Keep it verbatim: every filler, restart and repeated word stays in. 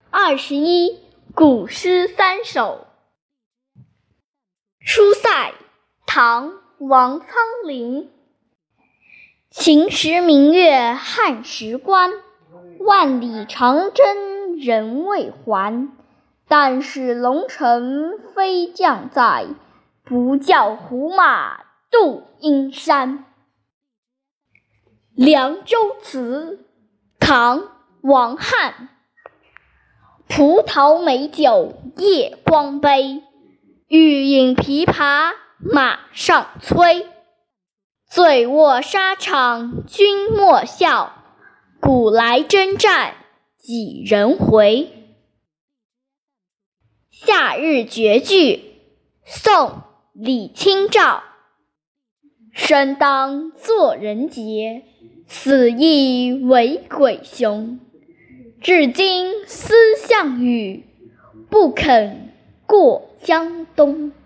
二十一，古诗三首。出塞，唐·王苍龄。秦时明月汉时关，万里长征人未还。但使龙城飞将在，不教胡马度阴山。凉州词，唐·王翰。葡萄美酒夜光杯，欲饮琵琶马上催。醉卧沙场君莫笑，古来征战几人回。夏日绝句，宋·李清照。生当作人杰，死亦为鬼雄。至今思项羽，不肯过江东。